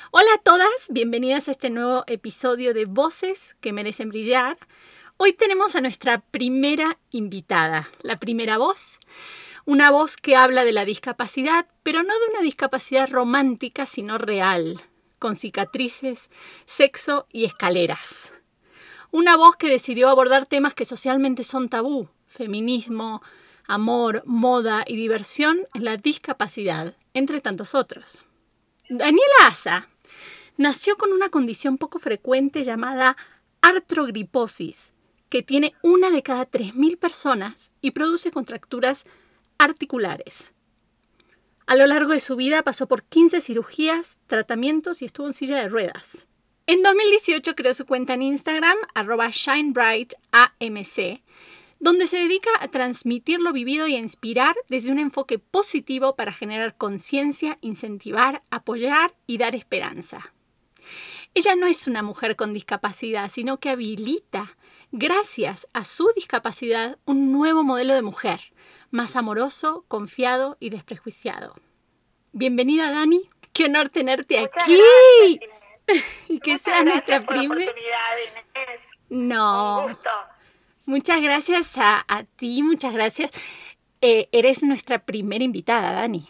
Hola a todas, bienvenidas a este nuevo episodio de Voces que merecen brillar. Hoy tenemos a nuestra primera invitada, la primera voz, una voz que habla de la discapacidad, pero no de una discapacidad romántica, sino real, con cicatrices, sexo y escaleras. Una voz que decidió abordar temas que socialmente son tabú: feminismo, amor, moda y diversión en la discapacidad, entre tantos otros. Daniela Asa nació con una condición poco frecuente llamada artrogriposis, que tiene 1 de cada 3.000 personas y produce contracturas articulares. A lo largo de su vida pasó por 15 cirugías, tratamientos y estuvo en silla de ruedas. En 2018 creó su cuenta en Instagram, @shinebrightamc, donde se dedica a transmitir lo vivido y a inspirar desde un enfoque positivo para generar conciencia, incentivar, apoyar y dar esperanza. Ella no es una mujer con discapacidad, sino que habilita, gracias a su discapacidad, un nuevo modelo de mujer, más amoroso, confiado y desprejuiciado. Bienvenida, Dani. Qué honor tenerte Muchas aquí. gracias, Inés. Y que Muchas seas nuestra gracias por la prima. oportunidad, Inés. Un No, gusto. muchas gracias a ti, muchas gracias. Eres nuestra primera invitada, Dani.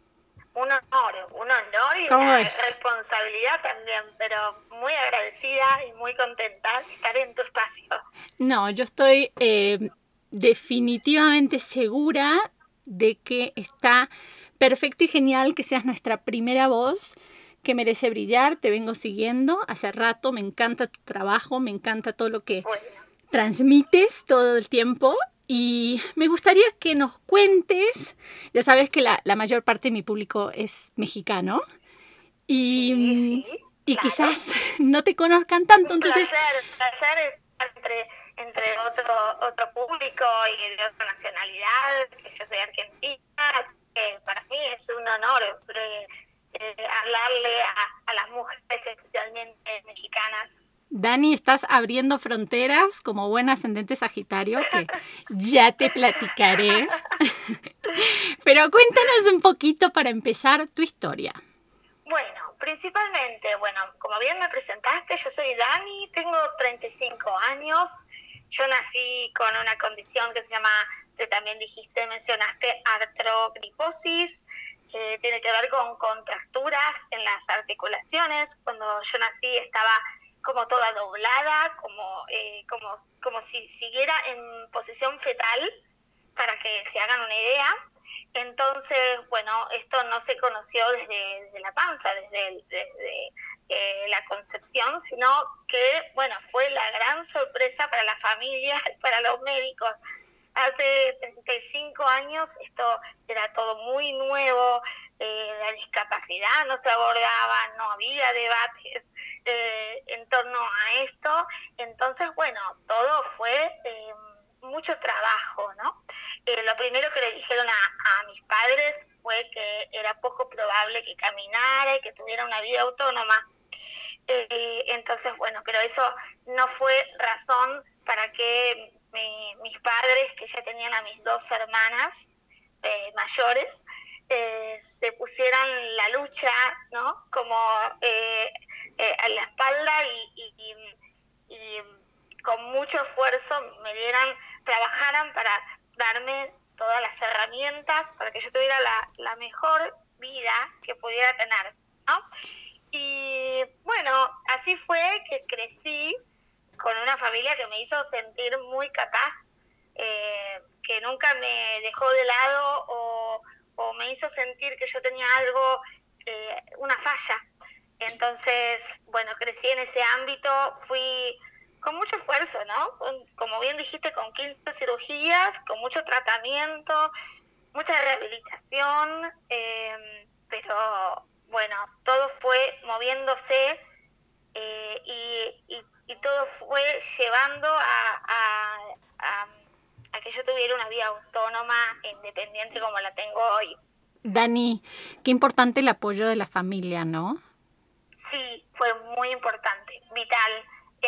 Un honor y ¿Cómo una es? responsabilidad también, pero muy agradecida y muy contenta de estar en tu espacio. No, yo estoy definitivamente segura de que está perfecto y genial que seas nuestra primera voz que merece brillar. Te vengo siguiendo hace rato, me encanta tu trabajo, me encanta todo lo que Bueno, transmites todo el tiempo y me gustaría que nos cuentes, ya sabes que la mayor parte de mi público es mexicano sí, y, sí, y claro. quizás no te conozcan tanto, Un entonces placer estar entre otro público y de otra nacionalidad, que yo soy argentina, así que para mí es un honor hablarle a las mujeres, especialmente mexicanas. Dani, estás abriendo fronteras como buen ascendente Sagitario, que ya te platicaré. Pero cuéntanos un poquito para empezar tu historia. Bueno, principalmente, como bien me presentaste, yo soy Dani, tengo 35 años. Yo nací con una condición que se llama, que también mencionaste, artrogriposis. Tiene que ver con contracturas en las articulaciones. Cuando yo nací estaba como toda doblada, como si siguiera en posición fetal, para que se hagan una idea. Entonces, esto no se conoció desde la panza, desde la concepción, sino que, fue la gran sorpresa para la familia, para los médicos. Hace 35 años esto era todo muy nuevo, la discapacidad no se abordaba, no había debates en torno a esto. Entonces, todo fue mucho trabajo, ¿no? Lo primero que le dijeron a mis padres fue que era poco probable que caminara y que tuviera una vida autónoma. Entonces, pero eso no fue razón para que mis padres, que ya tenían a mis 2 hermanas mayores, se pusieran la lucha, ¿no? Como a la espalda y con mucho esfuerzo trabajaran para darme todas las herramientas para que yo tuviera la mejor vida que pudiera tener, ¿no? Y así fue que crecí con una familia que me hizo sentir muy capaz, que nunca me dejó de lado o me hizo sentir que yo tenía algo, una falla. Entonces, crecí en ese ámbito, fui con mucho esfuerzo, ¿no? Como bien dijiste, con 15 cirugías, con mucho tratamiento, mucha rehabilitación, pero todo fue moviéndose, y todo fue llevando a que yo tuviera una vida autónoma e independiente como la tengo hoy. Dani, qué importante el apoyo de la familia, ¿no? Sí, fue muy importante, vital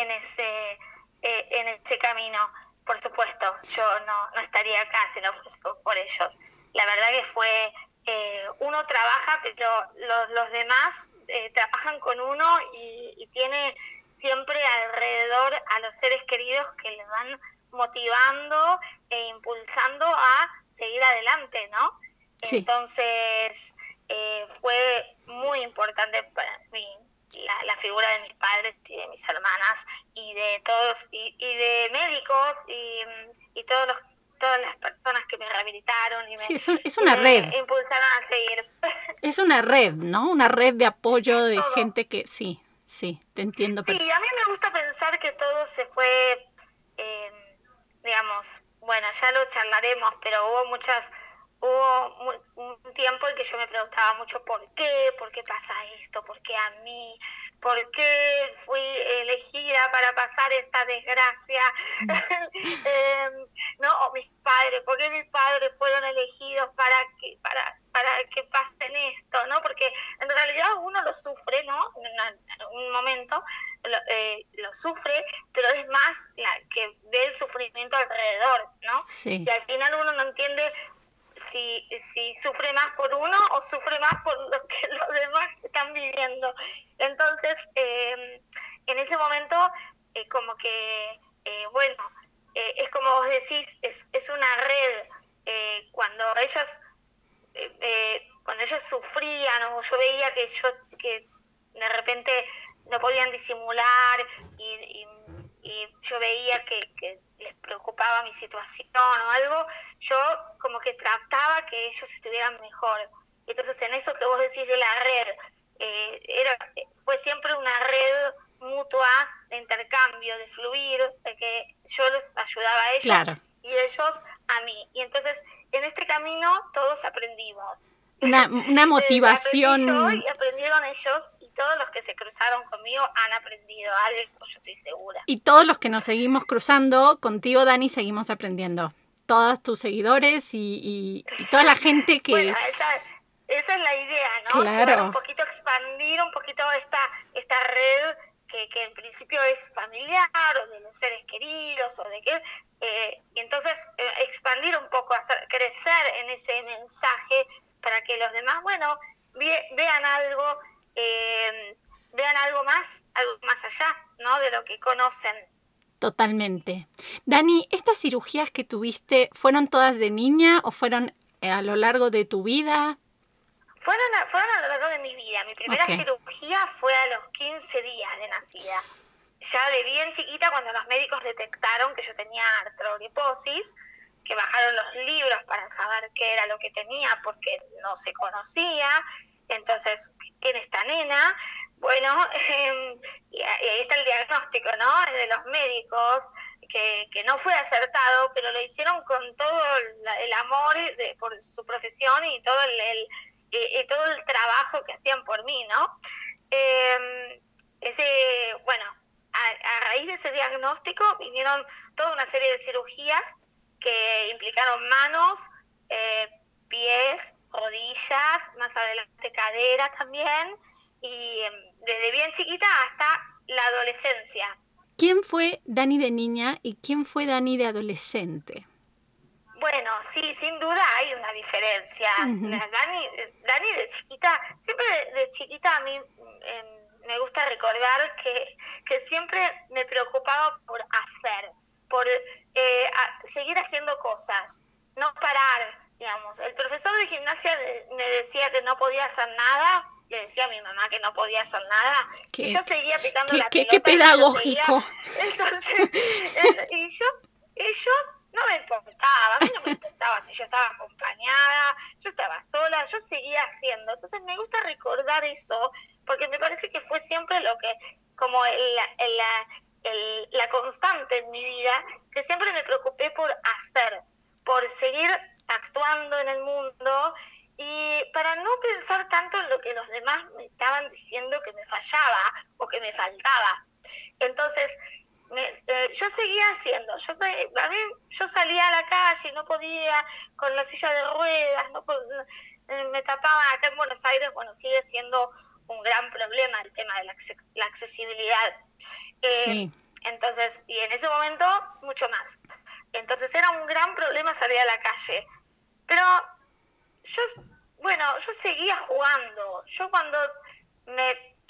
en ese camino. Por supuesto, yo no estaría acá si no fuese por ellos. La verdad que fue, uno trabaja, pero los demás trabajan trabajan con uno y tiene siempre alrededor a los seres queridos que le van motivando e impulsando a seguir adelante, ¿no? Sí. Entonces, fue muy importante para mí la figura de mis padres y de mis hermanas y de todos, y de médicos y todas las personas que me rehabilitaron y sí, es una red. me impulsaron a seguir. Es una red, ¿no? Una red de apoyo de Todo. gente que sí, te entiendo. Sí, a mí me gusta pensar que todo se fue, digamos, bueno, ya lo charlaremos, pero hubo un tiempo en que yo me preguntaba mucho por qué pasa esto, por qué a mí, por qué fui elegida para pasar esta desgracia, ¿no? O mis padres, por qué mis padres fueron elegidos para que pasen esto, ¿no? Porque en realidad uno lo sufre, ¿no? En un momento lo sufre, pero es más la que ve el sufrimiento alrededor, ¿no? Sí. Y al final uno no entiende si sufre más por uno o sufre más por lo que los demás están viviendo. Entonces, en ese momento, como que, bueno, es como vos decís, es una red. Cuando ellos sufrían, o yo veía que de repente no podían disimular y yo veía que les preocupaba mi situación o algo, yo como que trataba que ellos estuvieran mejor. Entonces, en eso que vos decís de la red, fue siempre una red mutua de intercambio, de fluir, de que yo les ayudaba a ellos, claro, y ellos a mí. Y entonces, en este camino todos aprendimos. Una motivación. Aprendí yo y aprendieron ellos, y todos los que se cruzaron conmigo han aprendido algo, yo estoy segura. Y todos los que nos seguimos cruzando, contigo, Dani, seguimos aprendiendo. Todos tus seguidores y toda la gente que... Bueno, esa es la idea, ¿no? Claro. Llevar un poquito, expandir un poquito esta red que en principio es familiar, o de los seres queridos, o de qué, y entonces expandir un poco, hacer crecer en ese mensaje para que los demás, bueno, vean algo más allá, ¿no? De lo que conocen. Totalmente. Dani, ¿estas cirugías que tuviste fueron todas de niña o fueron a lo largo de tu vida? Fueron a lo largo de mi vida. Mi primera cirugía fue a los 15 días de nacida. Ya de bien chiquita, cuando los médicos detectaron que yo tenía artrogriposis, que bajaron los libros para saber qué era lo que tenía, porque no se conocía. Entonces, ¿qué tiene esta nena? Bueno, y ahí está el diagnóstico, ¿no? De los médicos, que no fue acertado, pero lo hicieron con todo el amor por su profesión y todo todo el trabajo que hacían por mí, ¿no? Bueno, a raíz de ese diagnóstico vinieron toda una serie de cirugías que implicaron manos, pies, rodillas, más adelante cadera también, y desde bien chiquita hasta la adolescencia. ¿Quién fue Dani de niña y quién fue Dani de adolescente? Bueno, sí, sin duda hay una diferencia. Uh-huh. Dani de chiquita, siempre de chiquita a mí me gusta recordar que siempre me preocupaba por hacer, por seguir haciendo cosas, no parar, digamos. El profesor de gimnasia me decía que no podía hacer nada, le decía a mi mamá que no podía hacer nada, y yo seguía picando la pelota. ¡Qué pedagógico! Entonces, y yo no me importaba, a mí no me importaba si yo estaba acompañada, yo estaba sola, yo seguía haciendo. Entonces me gusta recordar eso, porque me parece que fue siempre lo que, como la constante en mi vida, que siempre me preocupé por hacer, por seguir actuando en el mundo, y para no pensar tanto en lo que los demás me estaban diciendo que me fallaba o que me faltaba. Entonces, yo seguía haciendo, yo salía a la calle, no podía con la silla de ruedas, me tapaban. Acá en Buenos Aires, bueno, sigue siendo un gran problema el tema de la accesibilidad. Sí. Entonces, y en ese momento, mucho más. Entonces era un gran problema salir a la calle. Pero yo seguía jugando. Yo cuando me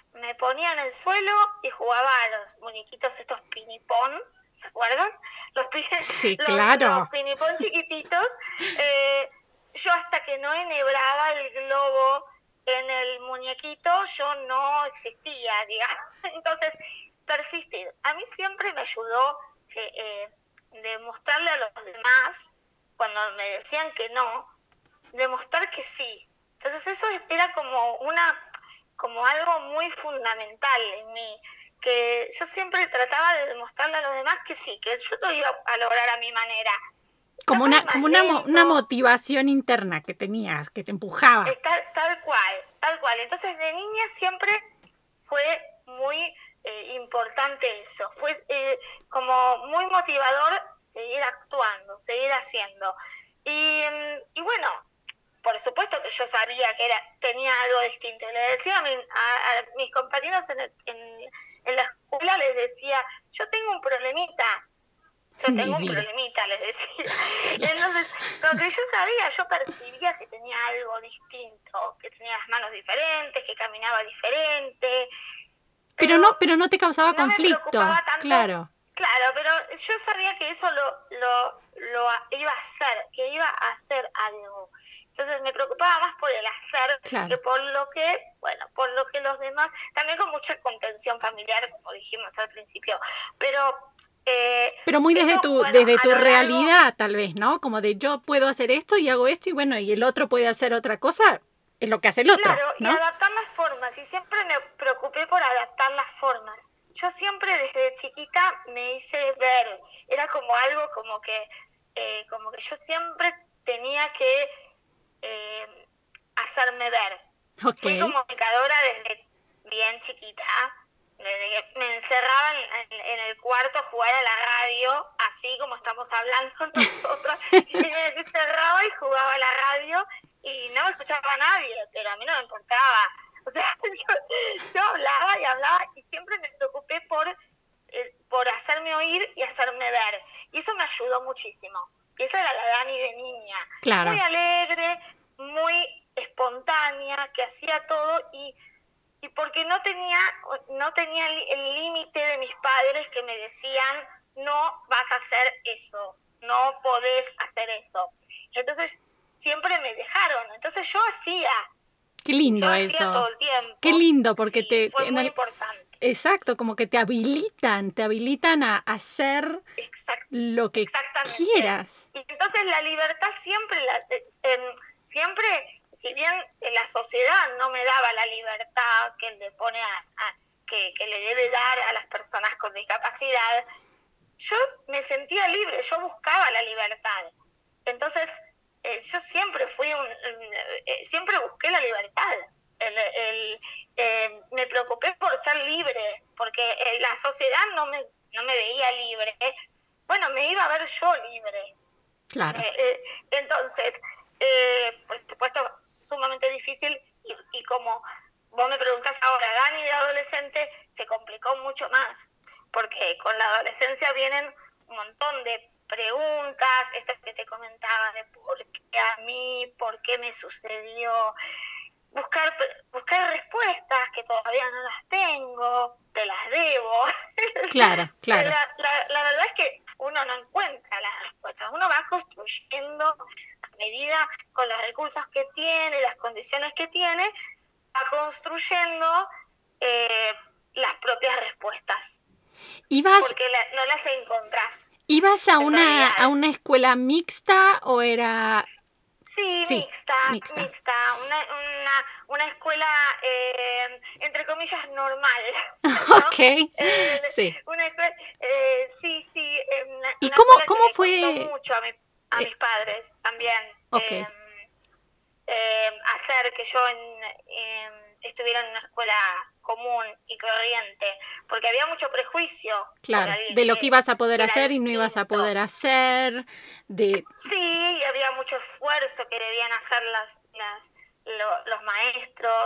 ponía en el suelo y jugaba a los muñequitos estos pinipón, ¿se acuerdan? Los, Sí, los claro. pinipón chiquititos. Yo hasta que no enhebraba el globo en el muñequito, yo no existía, digamos. Entonces, persistir. A mí siempre me ayudó demostrarle a los demás, cuando me decían que no, demostrar que sí. Entonces eso era como algo muy fundamental en mí, que yo siempre trataba de demostrarle a los demás que sí, que yo lo iba a lograr a mi manera. Como Capaz más lento, una motivación interna que tenías, que te empujaba. tal cual. Entonces de niña siempre fue muy importante eso, fue como muy motivador seguir actuando, seguir haciendo. Y bueno, por supuesto que yo sabía que tenía algo distinto. Le decía a mis compañeros en la escuela, les decía, yo tengo un problemita, Mi vida. les decía. Entonces, lo que yo sabía, yo percibía que tenía algo distinto, que tenía las manos diferentes, que caminaba diferente, Pero no te causaba no me conflicto, preocupaba tanto. claro. Claro, pero yo sabía que eso lo iba a hacer, que iba a hacer algo. Entonces me preocupaba más por el hacer Claro. que por lo que los demás, también con mucha contención familiar, como dijimos al principio, pero muy desde desde tu largo, realidad, tal vez, ¿no? Como de yo puedo hacer esto y hago esto y bueno, y el otro puede hacer otra cosa, es lo que hace el otro, claro, y ¿no? adaptar las formas, y siempre me preocupé por adaptar las formas. Yo siempre desde chiquita me hice ver, era como algo como que yo siempre tenía que hacerme ver. Ok. Fui comunicadora desde bien chiquita, desde que me encerraban en el cuarto a jugar a la radio, así como estamos hablando nosotros, y me encerraba y jugaba a la radio y no me escuchaba nadie, pero a mí no me importaba. O sea, yo hablaba y siempre me preocupé por hacerme oír y hacerme ver. Y eso me ayudó muchísimo. Y esa era la Dani de niña. Claro. Muy alegre, muy espontánea, que hacía todo y porque no tenía el límite de mis padres que me decían, no vas a hacer eso, no podés hacer eso. Entonces siempre me dejaron, entonces yo hacía. Qué lindo yo eso. Hacía todo el tiempo. Qué lindo, porque sí, fue muy importante. Exacto, como que te habilitan a hacer lo que quieras. Y entonces la libertad siempre, si bien la sociedad no me daba la libertad que le pone que le debe dar a las personas con discapacidad, yo me sentía libre, yo buscaba la libertad. Entonces, yo siempre siempre busqué la libertad. Me preocupé por ser libre, porque la sociedad no me veía libre. Bueno, me iba a ver yo libre. Claro. Entonces, por supuesto, sumamente difícil y como vos me preguntás ahora, Dani de adolescente se complicó mucho más, porque con la adolescencia vienen un montón de preguntas, esto que te comentaba de por qué a mí, por qué me sucedió, buscar respuestas que todavía no las tengo, te las debo. Claro. La verdad es que uno no encuentra las respuestas, uno va construyendo a medida con los recursos que tiene, las condiciones que tiene, va construyendo las propias respuestas. Porque no las encontrás. ¿Ibas a una escuela mixta o era...? Sí, mixta. Una escuela, entre comillas, normal, ¿no? Ok, sí. Una escuela, sí. ¿Y una cómo escuela que fue? Le costó mucho a mis padres también. Okay. Hacer que yo estuviera en una escuela común y corriente, porque había mucho prejuicio. Claro, de lo que ibas a poder hacer y no ibas a poder hacer. Sí, y había mucho esfuerzo que debían hacer los maestros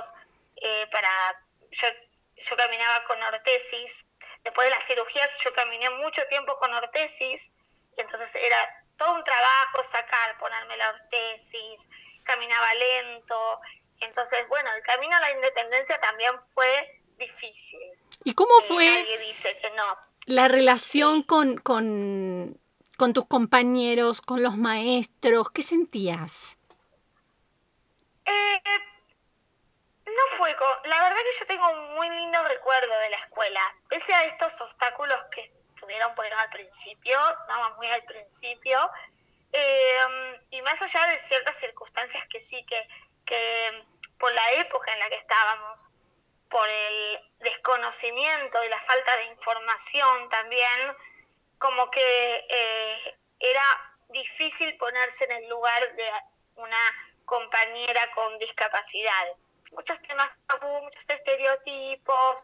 yo caminaba con ortesis. Después de las cirugías yo caminé mucho tiempo con ortesis, y entonces era todo un trabajo ponerme la ortesis, caminaba lento. Entonces, bueno, el camino a la independencia también fue difícil. ¿Y cómo fue Nadie dice que no. la relación con tus compañeros, con los maestros? ¿Qué sentías? Eh, no fue la verdad que yo tengo un muy lindo recuerdo de la escuela, pese a estos obstáculos que estuvieron bueno, al principio, nada más muy al principio, y más allá de ciertas circunstancias que sí, que por la época en la que estábamos, por el desconocimiento y la falta de información también, como que era difícil ponerse en el lugar de una compañera con discapacidad. Muchos temas tabú, muchos estereotipos,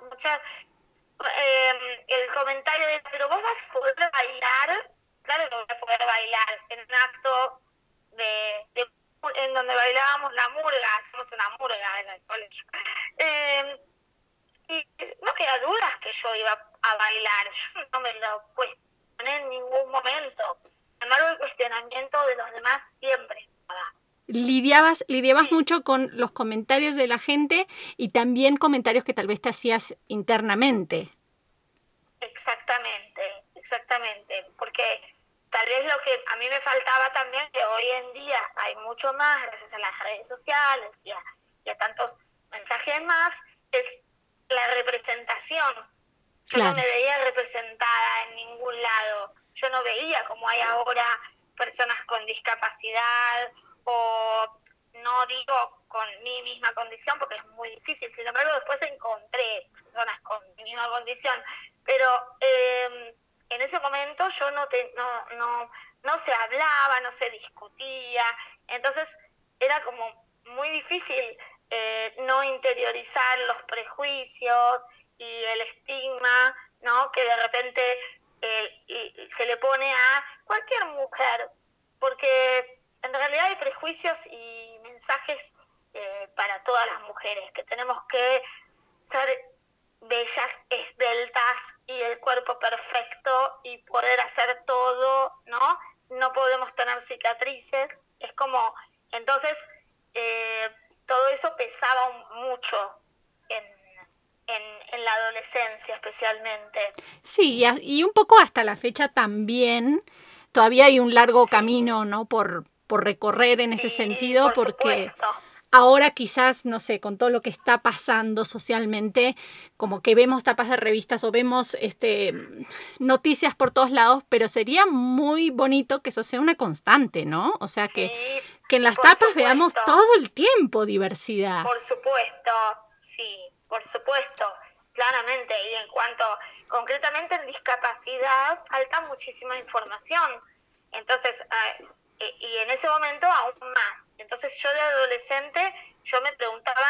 el comentario de, pero vos vas a poder bailar. Claro que voy a poder bailar en un acto en donde bailábamos la murga, hacemos una murga en el colegio. Y no había dudas que yo iba a bailar, yo no me lo cuestioné en ningún momento. Sin embargo, el cuestionamiento de los demás siempre estaba. Lidiabas Sí. mucho con los comentarios de la gente y también comentarios que tal vez te hacías internamente. Exactamente, porque tal vez lo que a mí me faltaba también, que hoy en día hay mucho más, gracias a las redes sociales y a tantos mensajes más, es la representación. Yo no Claro. me veía representada en ningún lado, yo no veía como hay ahora personas con discapacidad, o no digo con mi misma condición porque es muy difícil, sin embargo después encontré personas con mi misma condición, pero en ese momento yo no se hablaba, no se discutía, entonces era como muy difícil no interiorizar los prejuicios y el estigma, ¿no? Que de repente se le pone a cualquier mujer, porque en realidad hay prejuicios y mensajes para todas las mujeres, que tenemos que ser bellas, esbeltas y el cuerpo perfecto y poder hacer todo, ¿no? No podemos tener cicatrices, es como, entonces, todo eso pesaba mucho en la adolescencia especialmente. Sí, y un poco hasta la fecha también. Todavía hay un largo Sí. camino, ¿no? por recorrer en ese sentido, por porque supuesto. ahora quizás, no sé, con todo lo que está pasando socialmente, como que vemos tapas de revistas o vemos noticias por todos lados, pero sería muy bonito que eso sea una constante, ¿no? O sea, que en las tapas veamos todo el tiempo diversidad. Por supuesto, sí, por supuesto, claramente. Y en cuanto, concretamente en discapacidad, falta muchísima información. Entonces, y en ese momento aún más. Entonces yo de adolescente, yo me preguntaba,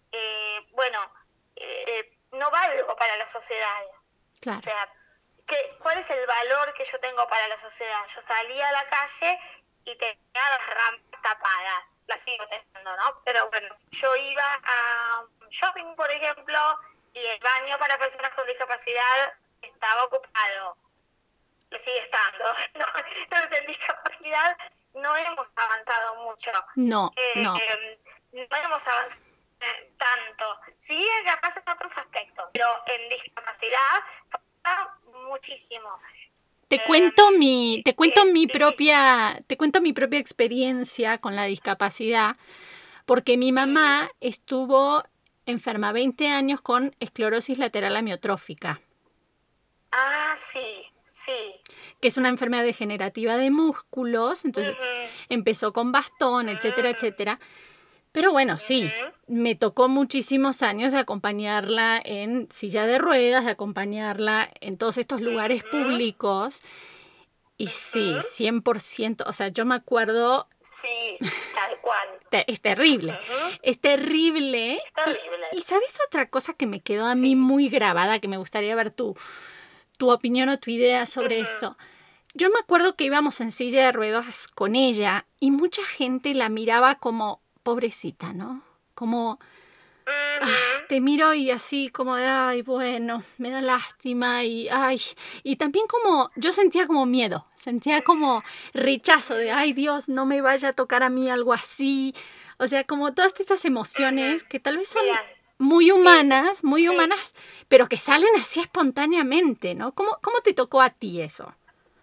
no valgo para la sociedad. Claro. O sea, ¿cuál es el valor que yo tengo para la sociedad? Yo salía a la calle y tenía las rampas tapadas, las sigo teniendo, ¿no? Pero bueno, yo iba a shopping, por ejemplo, y el baño para personas con discapacidad estaba ocupado. Lo sigue estando. Entonces, en discapacidad no hemos avanzado mucho. No. No hemos avanzado tanto. Sí, capaz en otros aspectos, pero en discapacidad falta muchísimo. Te cuento mi propia experiencia con la discapacidad, porque mi mamá estuvo enferma 20 años con esclerosis lateral amiotrófica. Ah, sí. Que es una enfermedad degenerativa de músculos, entonces empezó con bastón, etcétera, etcétera. Pero bueno, sí, me tocó muchísimos años de acompañarla en silla de ruedas, de acompañarla en todos estos lugares públicos. Y sí, 100%, o sea, yo me acuerdo... Sí, tal cual. Es terrible, es terrible. Es terrible. Y ¿sabes otra cosa que me quedó a mí muy grabada, que me gustaría ver tu opinión o tu idea sobre esto? Yo me acuerdo que íbamos en silla de ruedas con ella y mucha gente la miraba como pobrecita, ¿no? Como... te miro y así como de, ay, bueno, me da lástima y, ay, y también como, yo sentía como miedo, sentía como rechazo de, ay, Dios, no me vaya a tocar a mí algo así, o sea, como todas estas emociones que tal vez son muy sí, humanas, pero que salen así espontáneamente, ¿no? ¿Cómo te tocó a ti eso?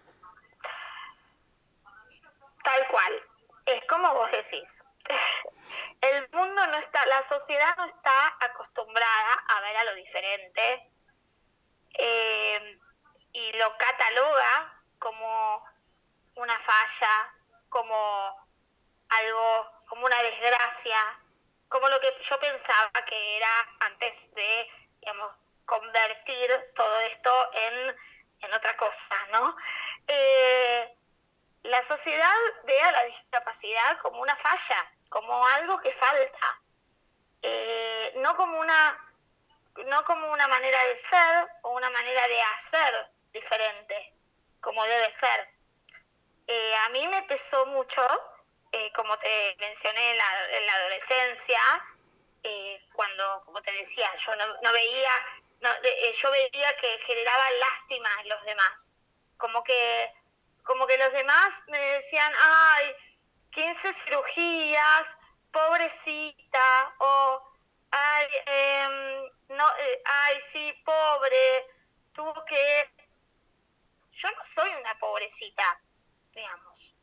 tal cual. Es como vos decís. El mundo no está, la sociedad no está acostumbrada a ver a lo diferente, eh, y lo cataloga como una falla, como algo, como una desgracia, como lo que yo pensaba que era antes de, digamos, convertir todo esto en otra cosa, ¿no? Eh, la sociedad ve a la discapacidad como una falla, como algo que falta, no como una manera de ser o una manera de hacer diferente, como debe ser. A mí me pesó mucho, como te mencioné en la adolescencia, cuando, como te decía, yo no veía, yo veía que generaba lástima en los demás, como que, como que los demás me decían, ay, 15 cirugías, pobrecita, o ay, no, ay, sí, pobre, tuvo que... Yo no soy una pobrecita, digamos.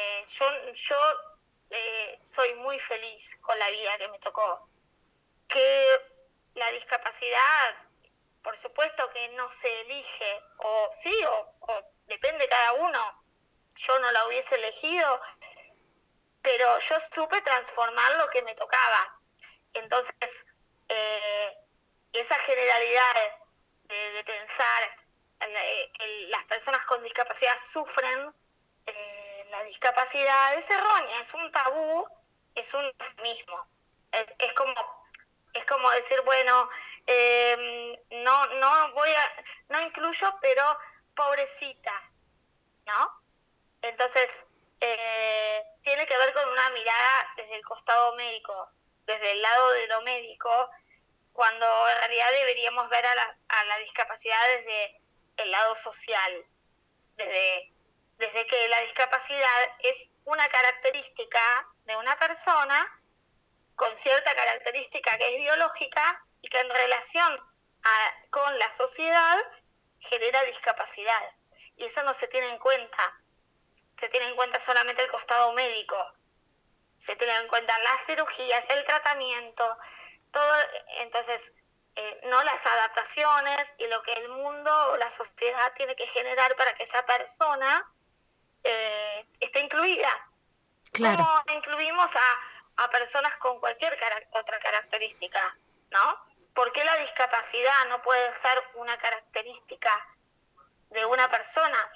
Yo soy muy feliz con la vida que me tocó. Que la discapacidad, por supuesto que no se elige, o sí, o depende de cada uno. Yo no la hubiese elegido, pero yo supe transformar lo que me tocaba. Entonces, eh, esa generalidad de pensar las personas con discapacidad sufren, la discapacidad es errónea, es un tabú, es un eufemismo. Es como decir, bueno, no incluyo, pero pobrecita, ¿no? Entonces, tiene que ver con una mirada desde el costado médico, desde el lado de lo médico, cuando en realidad deberíamos ver a la discapacidad desde el lado social, desde que la discapacidad es una característica de una persona con cierta característica que es biológica y que en relación con la sociedad genera discapacidad. Y eso no se tiene en cuenta. Se tiene en cuenta solamente el costado médico. Se tienen en cuenta las cirugías, el tratamiento, todo. Entonces, no las adaptaciones y lo que el mundo o la sociedad tiene que generar para que esa persona esté incluida. Claro. Como incluimos a personas con cualquier otra característica, ¿no? ¿Por qué la discapacidad no puede ser una característica de una persona?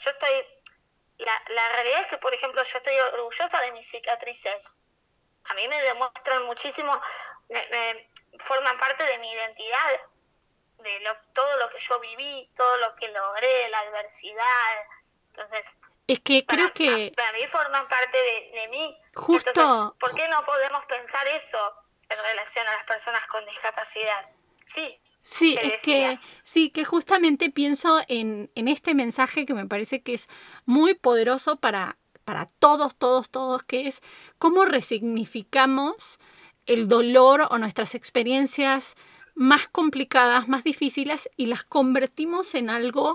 La realidad es que, por ejemplo, yo estoy orgullosa de mis cicatrices. A mí me demuestran muchísimo, forman parte de mi identidad, de todo lo que yo viví, todo lo que logré, la adversidad. Entonces, Es que creo que para mí forman parte de mí. Entonces, justo, ¿por qué no podemos pensar eso en relación a las personas con discapacidad? Sí, sí, ¿qué es que decías? sí, que justamente pienso en este mensaje que me parece que es muy poderoso para todos, que es cómo resignificamos el dolor o nuestras experiencias más complicadas, más difíciles y las convertimos en algo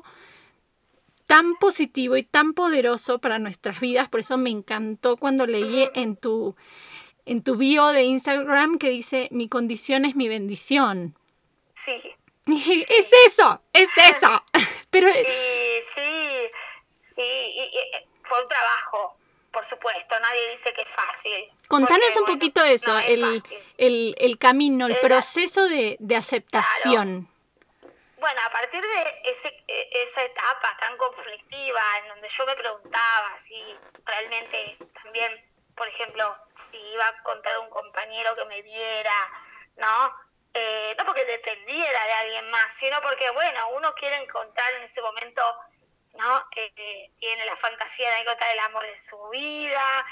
tan positivo y tan poderoso para nuestras vidas. Por eso me encantó cuando leí Uh-huh. en tu bio de Instagram que dice, mi condición es mi bendición. Sí, Es sí. eso, es eso. Pero Y sí, sí, fue un trabajo, por supuesto, nadie dice que es fácil, contanos porque un bueno, poquito de eso, no es fácil. el camino, el Era, proceso de claro, aceptación. bueno, a partir de esa etapa tan conflictiva en donde yo me preguntaba si realmente también, por ejemplo, si iba a encontrar un compañero que me viera, ¿no? No porque dependiera de alguien más, sino porque, bueno, uno quiere encontrar en ese momento, ¿no? Tiene la fantasía de encontrar el amor de su vida,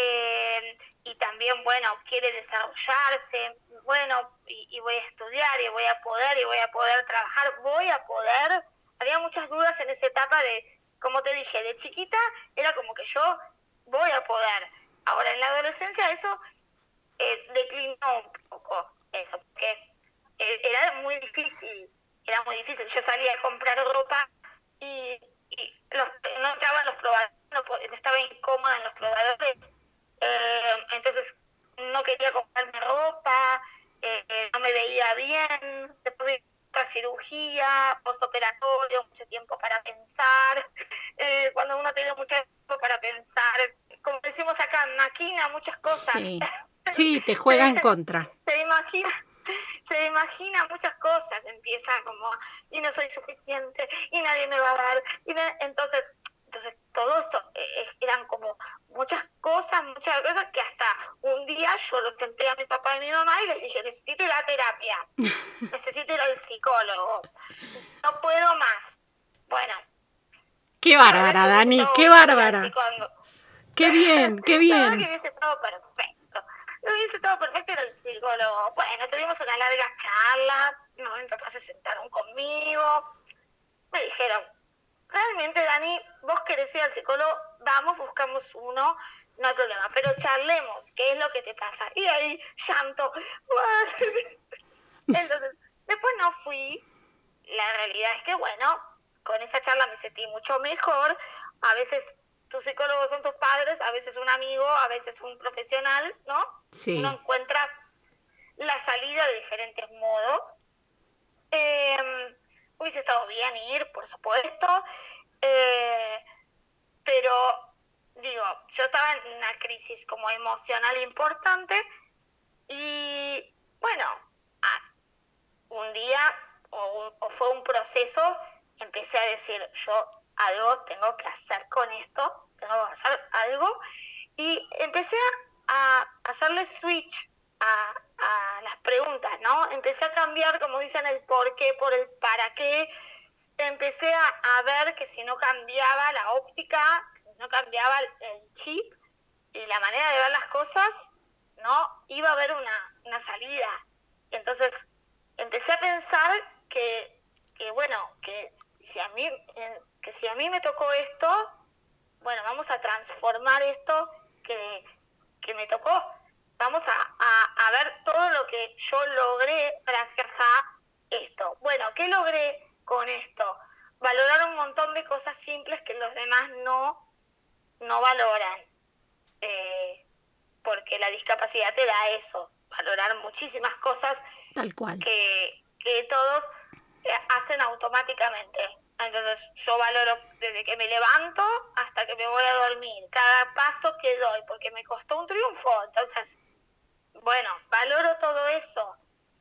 y también, bueno, quiere desarrollarse, bueno, y voy a estudiar y voy a poder trabajar, había muchas dudas en esa etapa de, como te dije, de chiquita era como que yo voy a poder. Ahora en la adolescencia eso declinó un poco, eso, porque era muy difícil, Yo salía a comprar ropa y no entraban los probadores, estaba incómoda en los probadores, entonces no quería comprarme ropa, no me veía bien, después de otra cirugía, postoperatorio, mucho tiempo para pensar, cuando uno tiene mucho tiempo para pensar, como decimos acá, maquina muchas cosas. Sí, te juega en contra. Se imagina muchas cosas, empieza como, y no soy suficiente, y nadie me va a dar, entonces todo esto eran como muchas cosas que hasta un día yo lo senté a mi papá y a mi mamá y les dije, necesito ir a terapia, necesito ir al psicólogo, no puedo más. Bueno. ¡Qué bárbara, Dani! ¡Qué bárbara! ¡Qué bien, qué bien! La verdad que hubiese estado perfecto. Lo hubiese estado perfecto era el psicólogo. Bueno, tuvimos una larga charla, mis papás se sentaron conmigo, me dijeron, realmente, Dani, vos querés ir al psicólogo, vamos, buscamos uno, no hay problema, pero charlemos, ¿qué es lo que te pasa? Y ahí, llanto. Entonces, después no fui, la realidad es que, bueno, con esa charla me sentí mucho mejor. A veces tus psicólogos son tus padres, a veces un amigo, a veces un profesional, ¿no? Sí. Uno encuentra la salida de diferentes modos. Hubiese estado bien ir, por supuesto, pero digo, yo estaba en una crisis como emocional importante y bueno, un día o fue un proceso, empecé a decir, yo algo tengo que hacer con esto, tengo que hacer algo, y empecé a hacerle switch a las preguntas, ¿no? Empecé a cambiar, como dicen, el por qué por el para qué. Empecé a ver que si no cambiaba la óptica, si no cambiaba el chip y la manera de ver las cosas, no iba a haber una salida. Y entonces empecé a pensar que bueno, que si a mí me tocó esto, bueno, vamos a transformar esto que me tocó. Vamos a ver todo lo que yo logré gracias a esto. Bueno, ¿qué logré con esto? Valorar un montón de cosas simples que los demás no valoran. Porque la discapacidad te da eso, valorar muchísimas cosas. Tal cual. Que todos hacen automáticamente. Entonces yo valoro desde que me levanto hasta que me voy a dormir, cada paso que doy, porque me costó un triunfo. Entonces, bueno, valoro todo eso.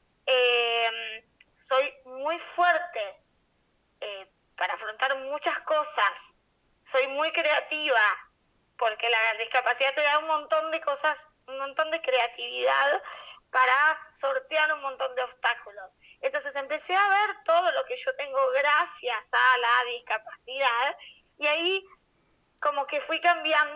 Soy muy fuerte para afrontar muchas cosas. Soy muy creativa, porque la discapacidad te da un montón de cosas, un montón de creatividad para sortear un montón de obstáculos. Entonces empecé a ver todo lo que yo tengo gracias a la discapacidad y ahí como que fui cambiando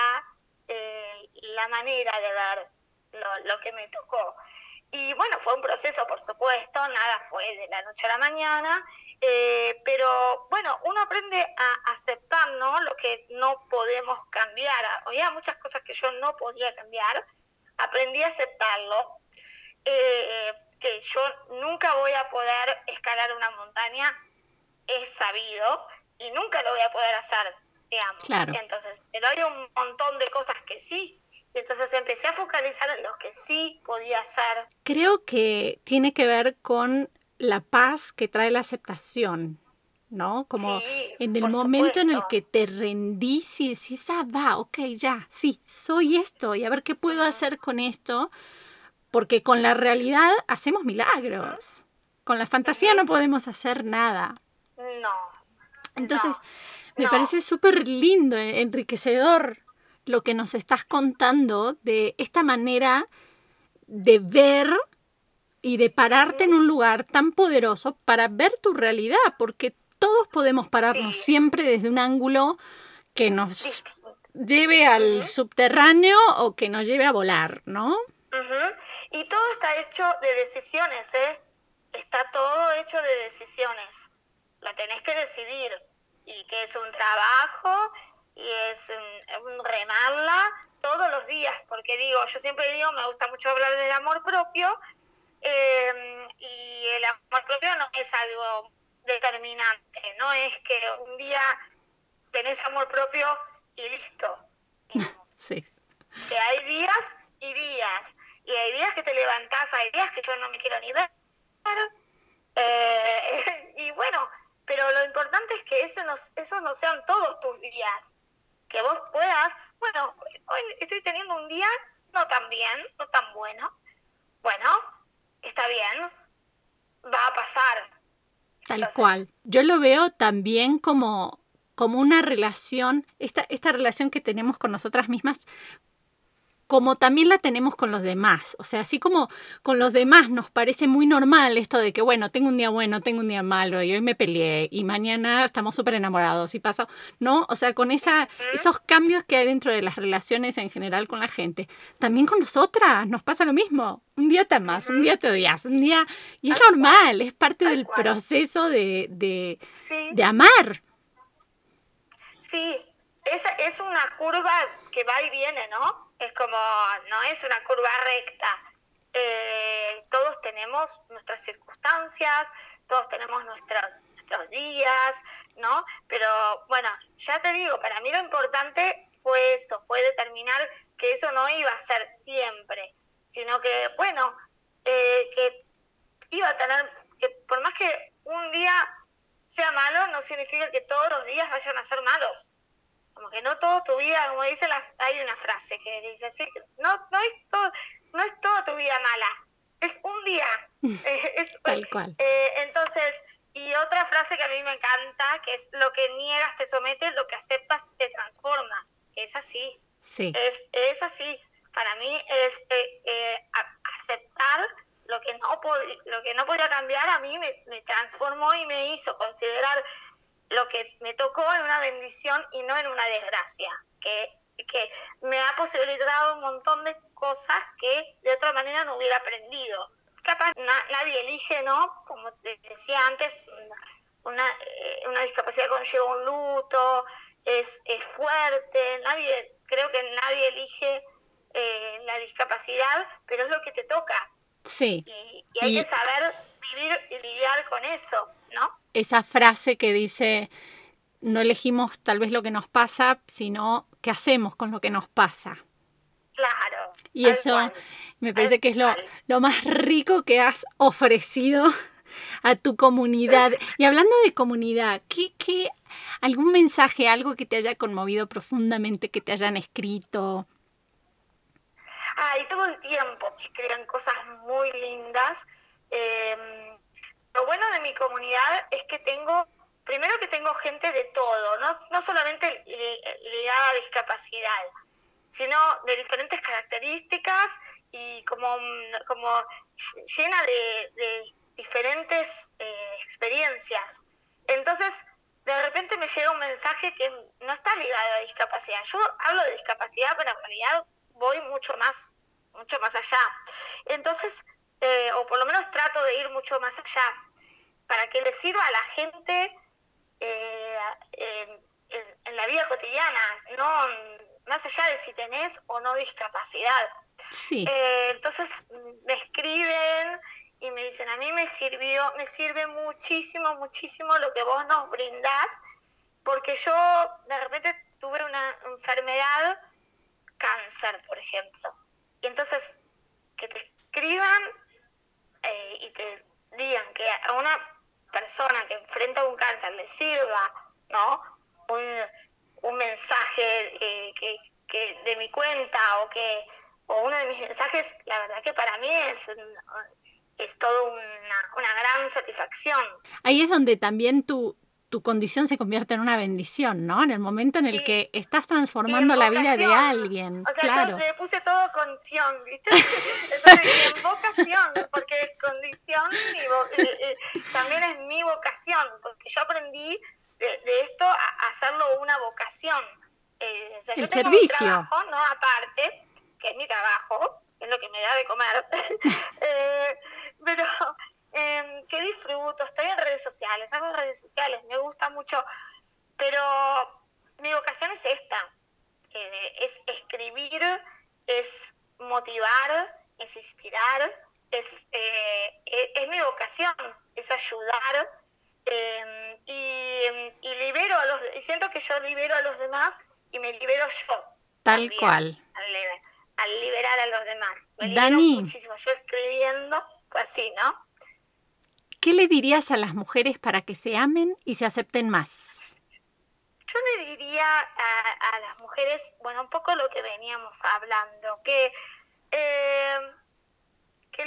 la manera de ver lo que me tocó. Y bueno, fue un proceso, por supuesto, nada fue de la noche a la mañana, pero bueno, uno aprende a aceptar, ¿no?, lo que no podemos cambiar. Había muchas cosas que yo no podía cambiar, aprendí a aceptarlo, que yo nunca voy a poder escalar una montaña, es sabido, y nunca lo voy a poder hacer, digamos. Claro. Entonces, pero hay un montón de cosas que sí. Y entonces empecé a focalizar en lo que sí podía hacer. Creo que tiene que ver con la paz que trae la aceptación, ¿no? Como sí, en el momento en el que te rendís y decís, va, ok, ya, sí, soy esto y a ver qué puedo hacer con esto, porque con la realidad hacemos milagros. Con la fantasía no podemos hacer nada. No. Entonces, me parece súper lindo, enriquecedor lo que nos estás contando de esta manera de ver y de pararte en un lugar tan poderoso para ver tu realidad, porque todos podemos pararnos siempre desde un ángulo que nos lleve al subterráneo o que nos lleve a volar, ¿no? Y todo está hecho de decisiones, ¿eh? Está todo hecho de decisiones. Lo tenés que decidir. Y que es un trabajo y es un remarla todos los días. Porque yo siempre digo, me gusta mucho hablar del amor propio, Y el amor propio no es algo determinante, no es que un día tenés amor propio y listo, digamos. Sí, Que hay días y días, y hay días que te levantás, hay días que yo no me quiero ni ver, y bueno, pero lo importante es que esos no sean todos tus días, que vos puedas, bueno, hoy estoy teniendo un día no tan bien, no tan bueno, bueno, está bien, va a pasar. tal Entonces, cual. Yo lo veo también como una relación, esta relación que tenemos con nosotras mismas, como también la tenemos con los demás. O sea, así como con los demás nos parece muy normal esto de que, bueno, tengo un día bueno, tengo un día malo, y hoy me peleé, y mañana estamos súper enamorados, y pasa, ¿no? O sea, con esos cambios que hay dentro de las relaciones en general con la gente. También con nosotras nos pasa lo mismo. Un día te amas, un día te odias, un día... Y es normal, es parte del proceso sí, de amar. sí, es una curva que va y viene, ¿no? Es como, no es una curva recta. Todos tenemos nuestras circunstancias, todos tenemos nuestros días, ¿no? Pero bueno, ya te digo, para mí lo importante fue eso, fue determinar que eso no iba a ser siempre, sino que, bueno, que iba a tener, que por más que un día sea malo, no significa que todos los días vayan a ser malos. Como que no todo tu vida, como dice hay una frase que dice así, no es toda tu vida mala, es un día. Tal cual. Entonces, y otra frase que a mí me encanta, que es lo que niegas te somete, lo que aceptas te transforma. Es así, Sí. es así. Para mí es aceptar lo que no podía cambiar, a mí me transformó y me hizo considerar lo que me tocó en una bendición y no en una desgracia, que me ha posibilitado un montón de cosas que de otra manera no hubiera aprendido. Capaz nadie elige, ¿no? Como te decía antes, una discapacidad conlleva un luto, es fuerte, creo que nadie elige la discapacidad, pero es lo que te toca. Sí. Y hay que saber vivir y lidiar con eso, ¿no? Esa frase que dice, no elegimos tal vez lo que nos pasa, sino qué hacemos con lo que nos pasa. Claro, Y eso me parece que es lo más rico que has ofrecido a tu comunidad. Y hablando de comunidad, ¿qué algún mensaje, algo que te haya conmovido profundamente, que te hayan escrito? Y todo el tiempo me escriben cosas muy lindas. Lo bueno de mi comunidad es que primero que tengo gente de todo, no solamente ligada a discapacidad, sino de diferentes características y como llena de diferentes experiencias. Entonces, de repente me llega un mensaje que no está ligado a discapacidad. Yo hablo de discapacidad, pero en realidad voy mucho más allá. Entonces, o por lo menos trato de ir mucho más allá, para que le sirva a la gente en la vida cotidiana, no más allá de si tenés o no discapacidad. Sí. Entonces me escriben y me dicen, a mí me sirve muchísimo, muchísimo lo que vos nos brindás, porque yo de repente tuve una enfermedad, cáncer, por ejemplo, y entonces que te escriban y te digan que a una persona que enfrenta un cáncer le sirva, ¿no? Un mensaje que de mi cuenta o uno de mis mensajes, la verdad que para mí es todo una gran satisfacción. Ahí es donde también tu condición se convierte en una bendición, ¿no? En el momento en el que estás transformando la vida de alguien. O sea, claro. yo le puse todo condición, ¿viste? Entonces, en vocación, porque es condición también es mi vocación, porque yo aprendí de esto a hacerlo una vocación. O sea, El yo tengo mi servicio. trabajo, ¿no? Aparte, que es mi trabajo, que es lo que me da de comer, pero que disfruto, estoy en redes sociales, hago redes sociales, me gusta mucho, pero mi vocación es esta, es escribir, es motivar, es inspirar, es mi vocación, es ayudar, y libero y siento que yo libero a los demás y me libero yo Tal también cual. al liberar a los demás. Me libero Dani, muchísimo, yo escribiendo, pues así, ¿no? ¿qué le dirías a las mujeres para que se amen y se acepten más? Yo le diría a las mujeres, bueno, un poco lo que veníamos hablando, que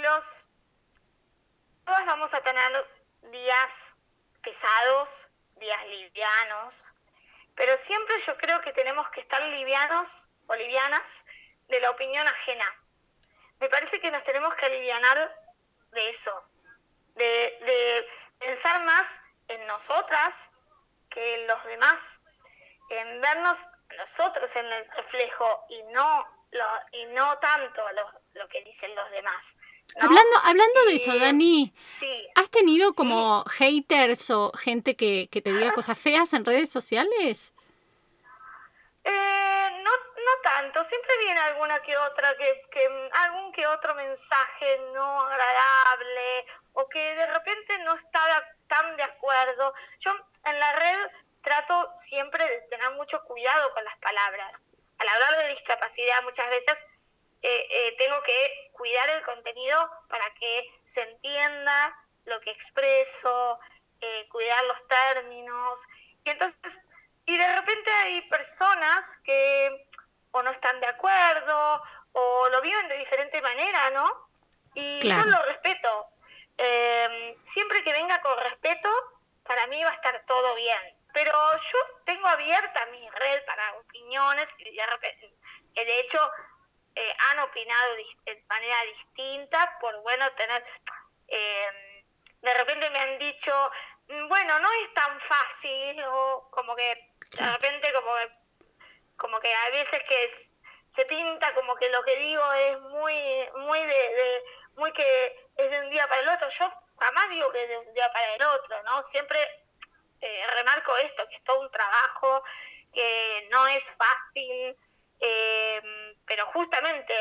todas vamos a tener días pesados, días livianos, pero siempre yo creo que tenemos que estar livianos o livianas de la opinión ajena. Me parece que nos tenemos que alivianar de eso, de pensar más en nosotras que en los demás, en vernos nosotros en el reflejo y no tanto lo que dicen los demás, ¿no? Hablando de eso, Dani, sí, ¿has tenido sí. como haters o gente que te diga cosas feas en redes sociales? No tanto, siempre viene alguna que otra, algún que otro mensaje no agradable o que de repente no está tan de acuerdo. Yo en la red trato siempre de tener mucho cuidado con las palabras. Al hablar de discapacidad muchas veces tengo que cuidar el contenido para que se entienda lo que expreso, cuidar los términos. Y de repente hay personas que o no están de acuerdo o lo viven de diferente manera, ¿no? Y yo Claro. lo respeto. Siempre que venga con respeto, para mí va a estar todo bien. Pero yo tengo abierta mi red para opiniones que de hecho han opinado de manera distinta por, bueno, tener... de repente me han dicho, bueno, no es tan fácil, o como que de repente como que a veces que se pinta como que lo que digo es muy que es de un día para el otro. Yo jamás digo que es de un día para el otro, ¿no? Siempre remarco esto, que es todo un trabajo, que no es fácil, pero justamente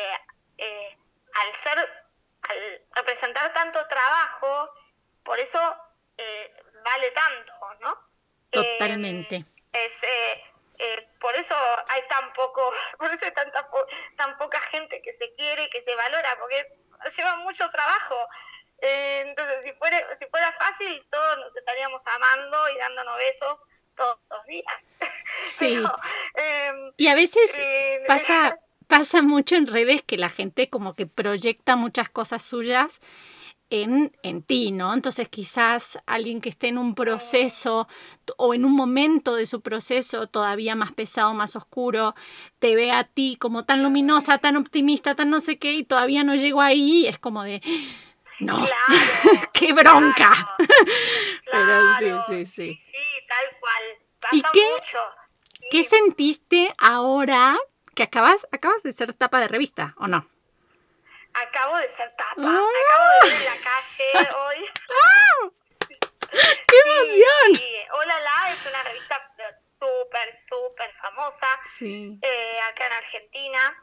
al representar tanto trabajo, por eso vale tanto, ¿no? Totalmente. Por eso hay por eso hay tan poca gente que se quiere, que se valora, porque lleva mucho trabajo. Entonces, si fuera fácil, todos nos estaríamos amando y dándonos besos todos los días. Sí. Pero, y a veces pasa mucho en redes que la gente como que proyecta muchas cosas suyas en ti, ¿no? Entonces quizás alguien que esté en un proceso o en un momento de su proceso todavía más pesado, más oscuro, te ve a ti como tan luminosa, tan optimista, tan no sé qué, y todavía no llego ahí, es como de... No, claro, qué bronca. Claro, Pero sí. Sí, tal cual. ¿Y Pasa mucho. qué sentiste ahora que acabas de ser tapa de revista, o no? Acabo de ser tapa. Acabo de ver en la calle hoy. ¡Qué emoción! Sí. Hola La es una revista súper famosa Sí. acá en Argentina.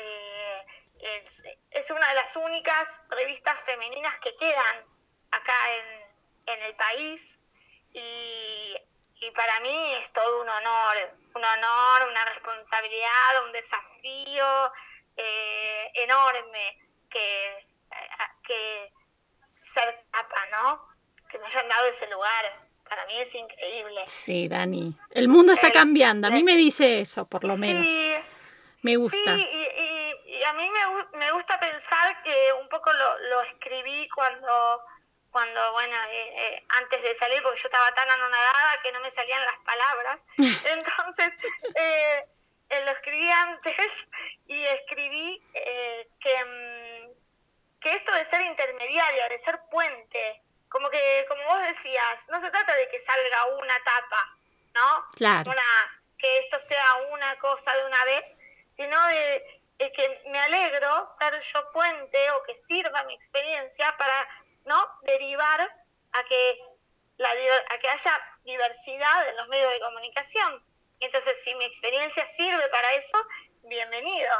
Es una de las únicas revistas femeninas que quedan acá en el país y para mí es todo un honor, una responsabilidad, un desafío enorme que ser tapa, ¿no? Que me hayan dado ese lugar. Para mí es increíble. Sí, Dani. El mundo está cambiando. A mí me dice eso, por lo menos. Sí, Me gusta. Sí, y a mí me gusta pensar que un poco lo escribí cuando bueno, antes de salir, porque yo estaba tan anonadada que no me salían las palabras. Entonces, lo escribí antes y escribí que esto de ser intermediaria, de ser puente, como vos decías, no se trata de que salga una tapa, ¿no? Claro. Que esto sea una cosa de una vez, sino de que me alegro ser yo puente o que sirva mi experiencia para, ¿no?, derivar a que haya diversidad en los medios de comunicación. Entonces, si mi experiencia sirve para eso, bienvenido, ¿no?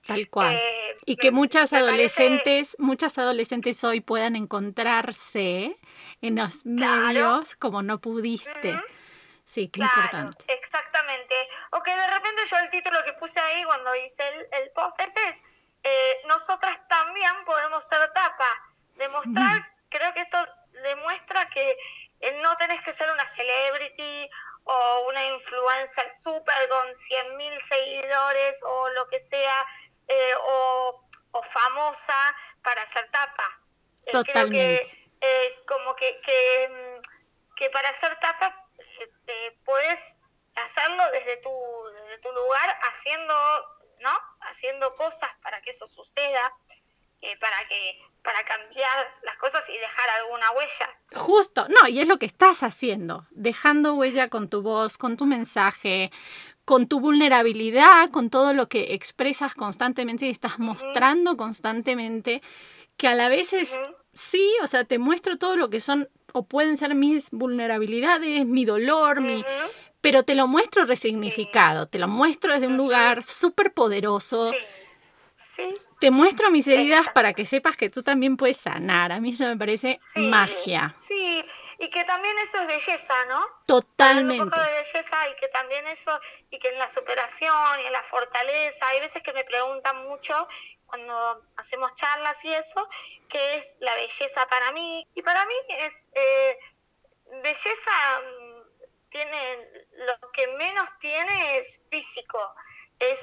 Tal cual. Y que muchas adolescentes hoy puedan encontrarse en los medios como no pudiste. Ujú. Sí, qué Claro, importante. exactamente. O que de repente yo el título que puse ahí cuando hice el post ese es nosotras también podemos ser tapa. Demostrar, creo que esto demuestra que no tenés que ser una celebrity o una influencer súper con 100.000 seguidores o lo que sea, o famosa para ser tapa. Creo Totalmente. que como que para ser tapa puedes hacerlo desde tu lugar haciendo cosas para que eso suceda, para cambiar las cosas y dejar alguna huella. Justo, no, y es lo que estás haciendo, dejando huella con tu voz, con tu mensaje, con tu vulnerabilidad, con todo lo que expresas constantemente y estás mostrando constantemente, que a la vez es, sí, o sea, te muestro todo lo que son o pueden ser mis vulnerabilidades, mi dolor, pero te lo muestro resignificado, te lo muestro desde un lugar súper poderoso. Sí. Te muestro mis heridas para que sepas que tú también puedes sanar. A mí eso me parece magia. Sí, y que también eso es belleza, ¿no? Totalmente. Hablando un poco de belleza y que también eso, y que en la superación y en la fortaleza, hay veces que me preguntan mucho cuando hacemos charlas y eso, qué es la belleza para mí. Y para mí es, belleza tiene, lo que menos tiene es físico, es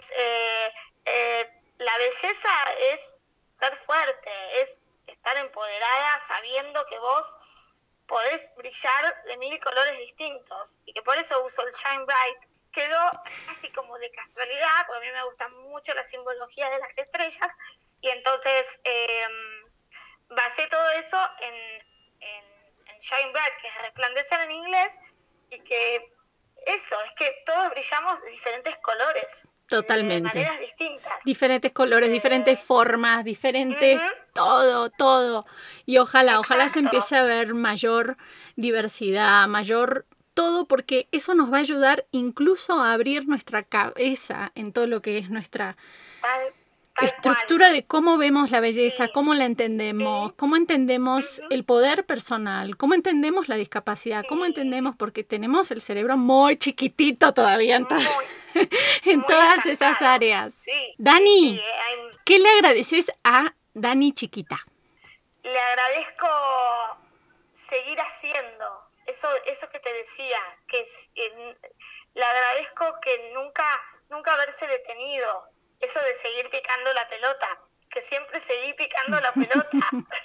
la belleza es ser fuerte, es estar empoderada sabiendo que vos podés brillar de 1000 colores distintos y que por eso uso el Shine Bright. Quedó casi como de casualidad, porque a mí me gusta mucho la simbología de las estrellas y entonces basé todo eso en Shine Bright, que es resplandecer en inglés, y que eso, es que todos brillamos de diferentes colores. Totalmente. De maneras distintas. Diferentes colores, diferentes formas, diferentes todo. Y ojalá se empiece a ver mayor diversidad, mayor todo, porque eso nos va a ayudar incluso a abrir nuestra cabeza en todo lo que es nuestra estructura de cómo vemos la belleza, cómo la entendemos, cómo entendemos el poder personal, cómo entendemos la discapacidad, cómo entendemos, porque tenemos el cerebro muy chiquitito todavía en todas esas áreas. Dani, ¿qué le agradeces a Dani chiquita? Le agradezco seguir haciendo eso que te decía, le agradezco que nunca haberse detenido, eso de seguir picando la pelota, que siempre seguí picando la pelota.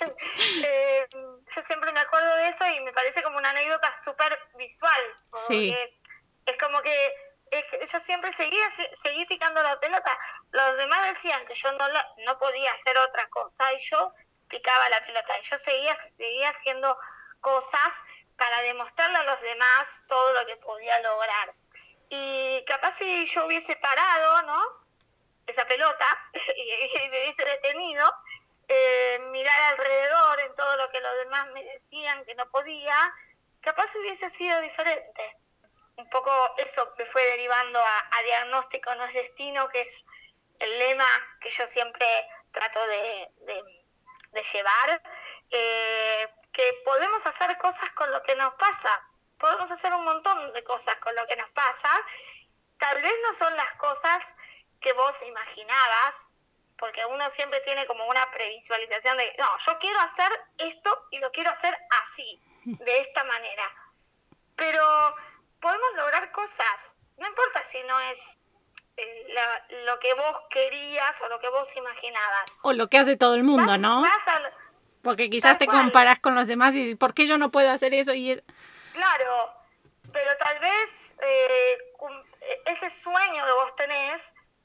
Yo siempre me acuerdo de eso y me parece como una anécdota súper visual, porque es como que yo siempre seguí picando la pelota. Los demás decían que yo no podía hacer otra cosa y yo picaba la pelota y yo seguía haciendo cosas para demostrarle a los demás todo lo que podía lograr. Y capaz si yo hubiese parado, ¿no?, esa pelota y me hubiese detenido, mirar alrededor en todo lo que los demás me decían que no podía, capaz hubiese sido diferente. Un poco eso me fue derivando a diagnóstico no es destino, que es el lema que yo siempre trato de llevar, que podemos hacer cosas con lo que nos pasa, podemos hacer un montón de cosas con lo que nos pasa, tal vez no son las cosas que vos imaginabas, porque uno siempre tiene como una previsualización de, no, yo quiero hacer esto y lo quiero hacer así, de esta manera, pero podemos lograr cosas, no importa si no es lo que vos querías o lo que vos imaginabas. O lo que hace todo el mundo, ¿no? Porque quizás te comparas con los demás y dices, ¿por qué yo no puedo hacer eso? Claro, pero tal vez ese sueño que vos tenés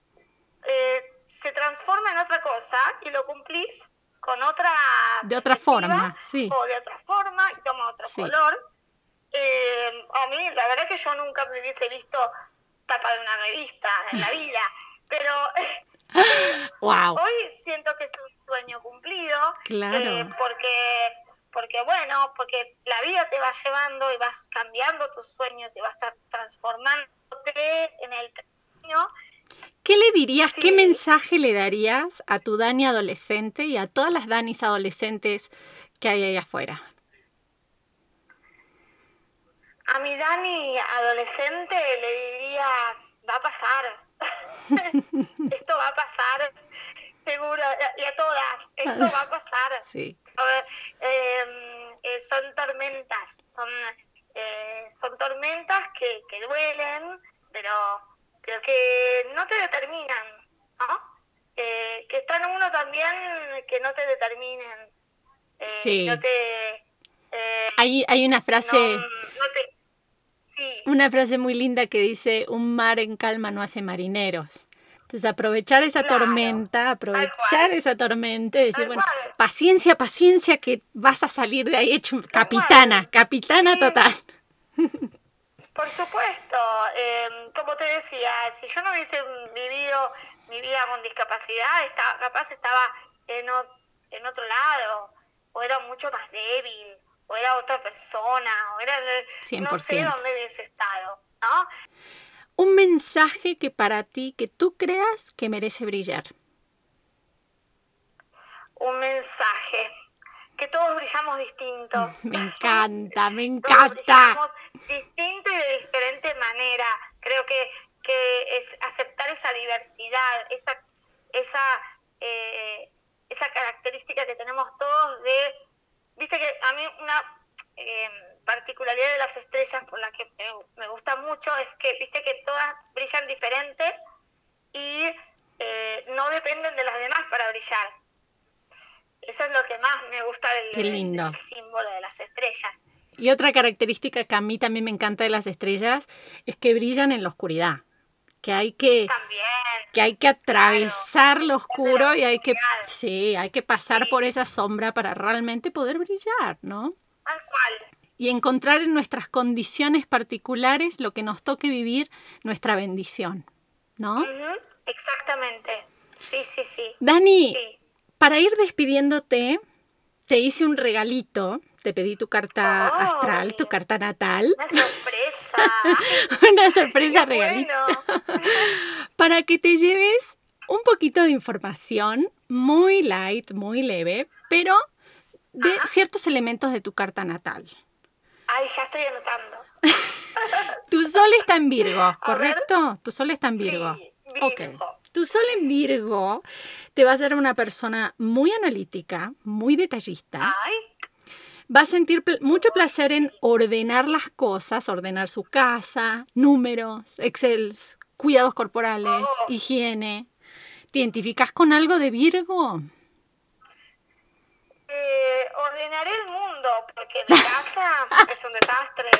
se transforma en otra cosa y lo cumplís con otra de otra forma, sí. O de otra forma y toma otro color. A mí, la verdad que yo nunca me hubiese visto tapa de una revista en la vida, pero wow. Hoy siento que es un sueño cumplido, claro. porque la vida te va llevando y vas cambiando tus sueños y vas transformándote en el camino ¿Qué le dirías, Sí. qué mensaje le darías a tu Dani adolescente y a todas las Danis adolescentes que hay ahí afuera? A mi Dani adolescente le diría, va a pasar. Esto va a pasar, seguro, y a todas, esto va a pasar. Sí. A ver, son tormentas, son tormentas que duelen, pero que no te determinan, ¿no? Que está en uno también que no te determinen, Sí. no te... Hay una frase... no te... Sí. Una frase muy linda que dice, un mar en calma no hace marineros. Entonces aprovechar esa Claro, tormenta, y decir, bueno, cual. paciencia, paciencia, que vas a salir de ahí hecho Tal capitana Sí. total. Por supuesto, como te decía, si yo no hubiese vivido mi vida con discapacidad, capaz estaba en otro lado, o era mucho más débil, o era otra persona, o era, no sé 100%. dónde hubiese estado, ¿no? Un mensaje que para ti, que tú creas que merece brillar. Un mensaje, que todos brillamos distintos. Me encanta, me Todos encanta. brillamos distinto y de diferente manera. Creo que es aceptar esa diversidad, esa característica que tenemos todos de... Viste que a mí una particularidad de las estrellas por la que me gusta mucho es que, viste que todas brillan diferente y no dependen de las demás para brillar. Eso es lo que más me gusta del símbolo de las estrellas. Y otra característica que a mí también me encanta de las estrellas es que brillan en la oscuridad. Que hay que atravesar lo oscuro y hay que pasar por esa sombra para realmente poder brillar, ¿no? Tal cual. Y encontrar en nuestras condiciones particulares lo que nos toque vivir, nuestra bendición, ¿no? Exactamente. Sí. Dani, para ir despidiéndote, te hice un regalito. Te pedí tu carta astral, tu carta natal. Una sorpresa. Una sorpresa regalito. Bueno. Para que te lleves un poquito de información, muy light, muy leve, pero de ciertos elementos de tu carta natal. Ay, ya estoy anotando. Tu sol está en Virgo, ¿correcto? Tu sol está en Virgo. Sí, Virgo. Okay. Tu sol en Virgo te va a hacer una persona muy analítica, muy detallista. Ay. Va a sentir mucho placer en ordenar las cosas, ordenar su casa, números, Excel, cuidados corporales, higiene. ¿Te identificas con algo de Virgo? Ordenaré el mundo, porque mi casa es un desastre.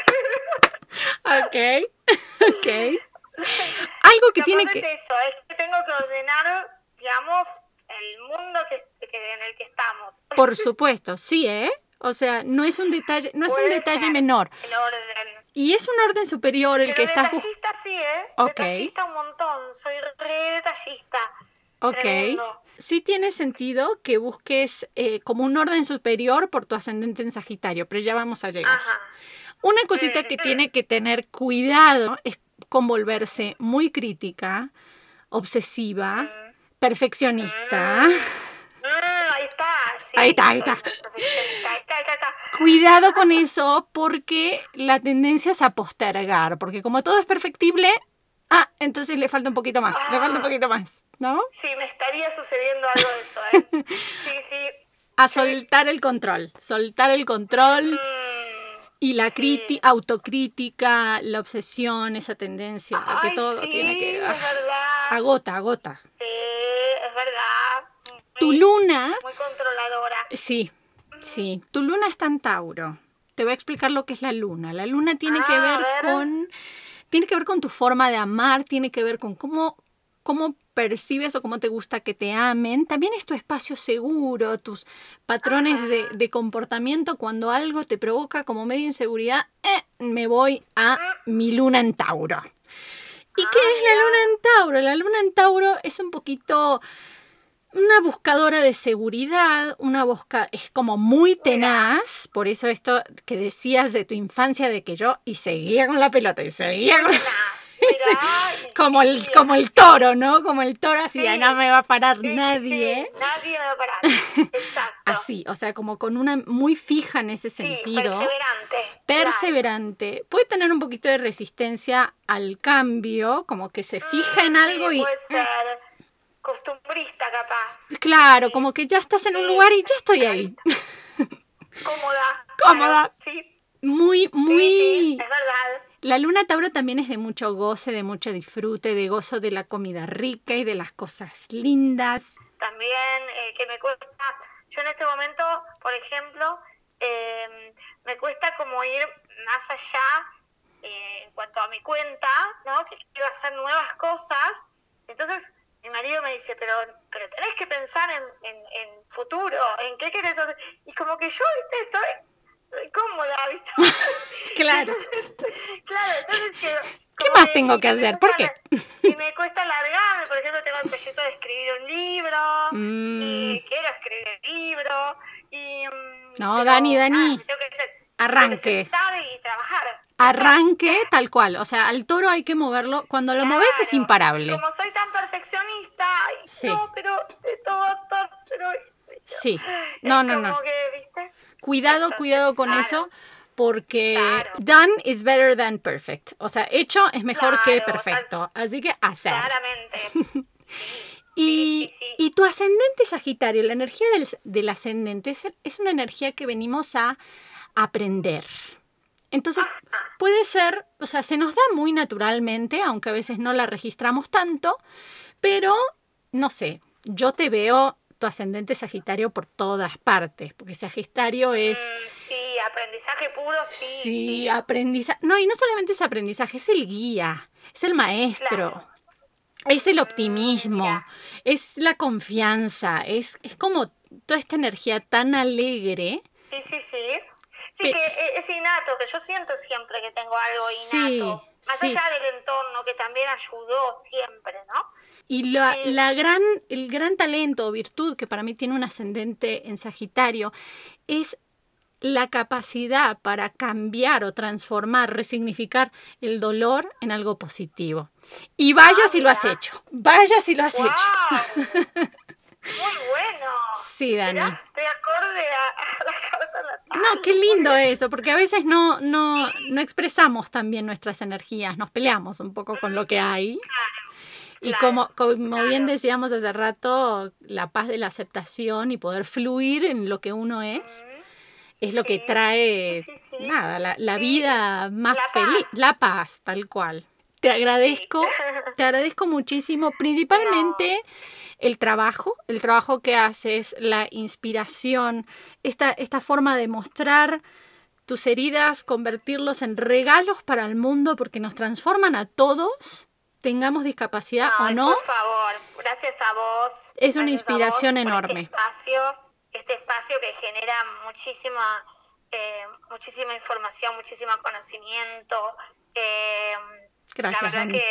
Ok. Algo que tiene que... Es que tengo que ordenar, digamos, el mundo en el que estamos. Por supuesto, sí, ¿eh? O sea, no es un detalle, un detalle menor. El orden. Y es un orden superior el que estás buscando. Detallista sí, ¿eh? Ok. Detallista un montón, soy re detallista. Ok. Tremendo. Sí tiene sentido que busques como un orden superior por tu ascendente en Sagitario, pero ya vamos a llegar. Ajá. Una cosita que tiene que tener cuidado es con volverse muy crítica, obsesiva, perfeccionista. Ahí está. Sí, Ahí está. Cuidado con eso porque la tendencia es a postergar, porque como todo es perfectible, entonces le falta un poquito más, ¿no? Sí, me estaría sucediendo algo de eso, ¿eh? Sí. A soltar el control, y la autocrítica, la obsesión, esa tendencia a que todo tiene que... es verdad. Agota. Sí, es verdad. Tu luna... Muy controladora. Sí. Tu luna está en Tauro. Te voy a explicar lo que es la luna. La luna tiene que ver con tu forma de amar, tiene que ver con cómo percibes o cómo te gusta que te amen. También es tu espacio seguro, tus patrones de comportamiento. Cuando algo te provoca como medio inseguridad, me voy a mi luna en Tauro. ¿Y qué es la luna en Tauro? La luna en Tauro es un poquito una buscadora de seguridad, es como muy tenaz. Por eso esto que decías de tu infancia, de que yo seguía con la pelota y seguía con... Como el toro, ¿no? Como el toro, así, sí, no me va a parar nadie. Sí, nadie me va a parar, exacto. Así, o sea, como con una muy fija en ese sentido. Perseverante. Claro. Puede tener un poquito de resistencia al cambio, como que se fija en algo y... Puede ser costumbrista, capaz. Claro, sí, como que ya estás en un lugar y ya estoy ahí. Cómoda. Claro, sí. Muy. Sí, es verdad. La luna Tauro también es de mucho goce, de mucho disfrute, de gozo de la comida rica y de las cosas lindas. También que me cuesta, yo en este momento, por ejemplo, me cuesta como ir más allá en cuanto a mi cuenta, ¿no? Que quiero hacer nuevas cosas. Entonces mi marido me dice, pero tenés que pensar en futuro, en qué querés hacer. Y como que yo, ¿viste? Estoy cómoda, ¿viste? Claro. Claro, entonces ¿Qué más tengo que hacer? ¿Por qué? Y me cuesta alargarme, por ejemplo, tengo el proyecto de escribir un libro, y quiero escribir el libro, y... No, pero, Dani, tengo que arranque. Tengo que y trabajar. Arranque tal cual, o sea, al toro hay que moverlo, cuando lo moves es imparable. Como soy tan perfeccionista, sí. No, pero de todo, pero... Sí, no. Que, ¿viste? Cuidado con eso, porque done is better than perfect. O sea, hecho es mejor que perfecto. Así que hacer. Claramente. Y tu ascendente Sagitario, la energía del ascendente es una energía que venimos a aprender. Entonces, puede ser, o sea, se nos da muy naturalmente, aunque a veces no la registramos tanto, pero, no sé, yo te veo tu ascendente Sagitario por todas partes, porque Sagitario es... sí, aprendizaje puro, sí. Sí, aprendizaje... No, y no solamente es aprendizaje, es el guía, es el maestro, claro. Es el optimismo, es la confianza, es como toda esta energía tan alegre. Sí. Sí, que es innato, que yo siento siempre que tengo algo innato. Más allá del entorno, que también ayudó siempre, ¿no? Y el gran talento o virtud que para mí tiene un ascendente en Sagitario es la capacidad para cambiar o transformar, resignificar el dolor en algo positivo. Y vaya si lo has hecho. Vaya si lo has hecho. Muy bueno. Sí, Dani. Te acorde a la carta natal. No, qué lindo eso, porque a veces no expresamos también nuestras energías, nos peleamos un poco con lo que hay. Claro. Y como bien decíamos hace rato, la paz de la aceptación y poder fluir en lo que uno es lo que trae, nada, la vida más feliz, la paz, tal cual. Te agradezco muchísimo, principalmente el trabajo que haces, la inspiración, esta forma de mostrar tus heridas, convertirlos en regalos para el mundo, porque nos transforman a todos, tengamos discapacidad o no. Por favor, gracias a vos. Es una inspiración enorme. Este espacio que genera muchísima información, muchísimo conocimiento. Gracias, la verdad Dani.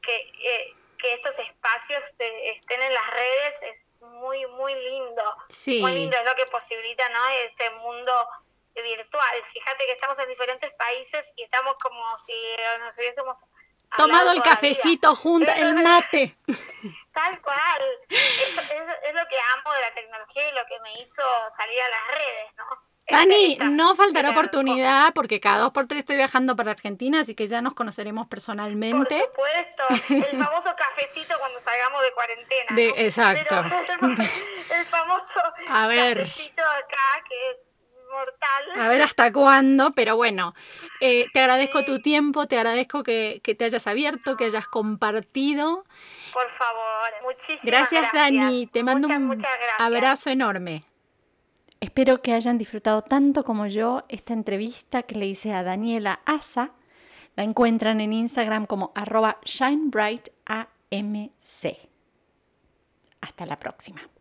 Que estos espacios estén en las redes es muy, muy lindo. Sí. Muy lindo, es lo que posibilita, ¿no? Este mundo virtual. Fíjate que estamos en diferentes países y estamos como si nos hubiésemos tomado el cafecito juntos, el mate. Tal cual. Es lo que amo de la tecnología y lo que me hizo salir a las redes, ¿no? Dani, no faltará oportunidad porque cada 2 por 3 estoy viajando para Argentina, así que ya nos conoceremos personalmente. Por supuesto, el famoso cafecito cuando salgamos de cuarentena, ¿no? Exacto. Pero el famoso cafecito acá que es mortal. A ver hasta cuándo, pero bueno, te agradezco tu tiempo, te agradezco que te hayas abierto, que hayas compartido. Por favor, muchísimas gracias. Dani, te mando muchas gracias. Abrazo enorme. Espero que hayan disfrutado tanto como yo esta entrevista que le hice a Daniela Asa. La encuentran en Instagram como @shinebrightamc. Hasta la próxima.